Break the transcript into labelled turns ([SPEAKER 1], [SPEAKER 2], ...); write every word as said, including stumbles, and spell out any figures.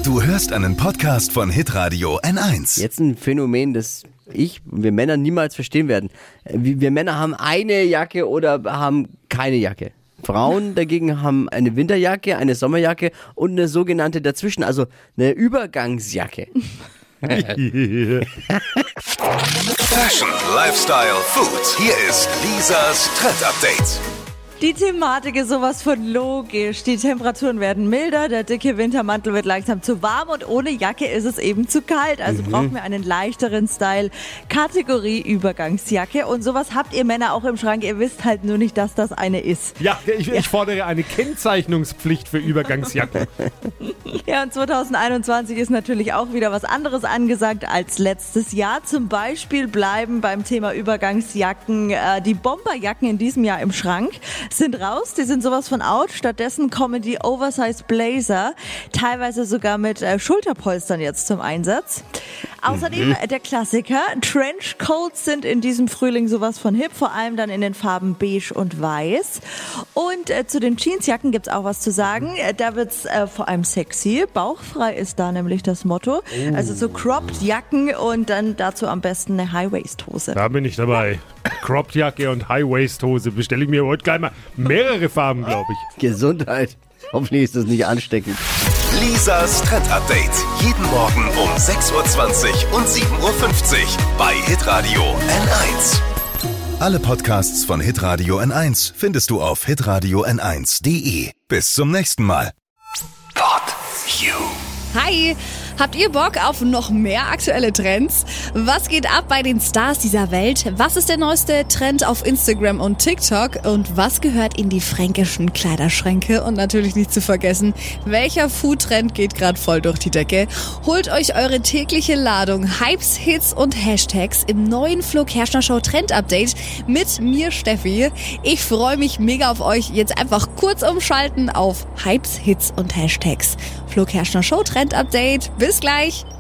[SPEAKER 1] Du hörst einen Podcast von Hitradio N eins.
[SPEAKER 2] Jetzt ein Phänomen, das ich und wir Männer niemals verstehen werden. Wir Männer haben eine Jacke oder haben keine Jacke. Frauen dagegen haben eine Winterjacke, eine Sommerjacke und eine sogenannte dazwischen, also eine Übergangsjacke.
[SPEAKER 1] Fashion, Lifestyle, Food. Hier ist Lisas Trend Update.
[SPEAKER 3] Die Thematik ist sowas von logisch. Die Temperaturen werden milder, der dicke Wintermantel wird langsam zu warm und ohne Jacke ist es eben zu kalt. Also mhm. brauchen wir einen leichteren Style. Kategorie Übergangsjacke. Und sowas habt ihr Männer auch im Schrank. Ihr wisst halt nur nicht, dass das eine ist.
[SPEAKER 4] Ja, ich, ich fordere eine Kennzeichnungspflicht für Übergangsjacken.
[SPEAKER 3] Ja, und zwanzig einundzwanzig ist natürlich auch wieder was anderes angesagt als letztes Jahr. Zum Beispiel bleiben beim Thema Übergangsjacken äh, die Bomberjacken in diesem Jahr im Schrank. Sind raus, die sind sowas von out. Stattdessen kommen die Oversize Blazer, teilweise sogar mit äh, Schulterpolstern jetzt zum Einsatz. Außerdem mhm. der Klassiker, Trenchcoats sind in diesem Frühling sowas von hip, vor allem dann in den Farben beige und weiß. Und äh, zu den Jeansjacken gibt's auch was zu sagen. Äh, da wird's äh, vor allem sexy. Bauchfrei ist da nämlich das Motto. Oh. Also so cropped Jacken und dann dazu am besten eine High-Waist-Hose.
[SPEAKER 4] Da bin ich dabei. Cropped Jacke und High-Waist-Hose bestelle ich mir heute gleich mal mehrere Farben, glaube ich.
[SPEAKER 2] Gesundheit. Hoffentlich ist das nicht ansteckend.
[SPEAKER 1] Lisas Trend Update. Jeden Morgen um sechs Uhr zwanzig und sieben Uhr fünfzig bei Hitradio N eins. Alle Podcasts von Hitradio N eins findest du auf hitradio n eins punkt de. Bis zum nächsten Mal. Pod You.
[SPEAKER 5] Hi, habt ihr Bock auf noch mehr aktuelle Trends? Was geht ab bei den Stars dieser Welt? Was ist der neueste Trend auf Instagram und TikTok? Und was gehört in die fränkischen Kleiderschränke? Und natürlich nicht zu vergessen, welcher Food-Trend geht gerade voll durch die Decke? Holt euch eure tägliche Ladung Hypes, Hits und Hashtags im neuen Flo Kerschner Show Trend Update mit mir, Steffi. Ich freue mich mega auf euch. Jetzt einfach kurz umschalten auf Hypes, Hits und Hashtags. Flo Kerschner Show Trend Update. Bis gleich.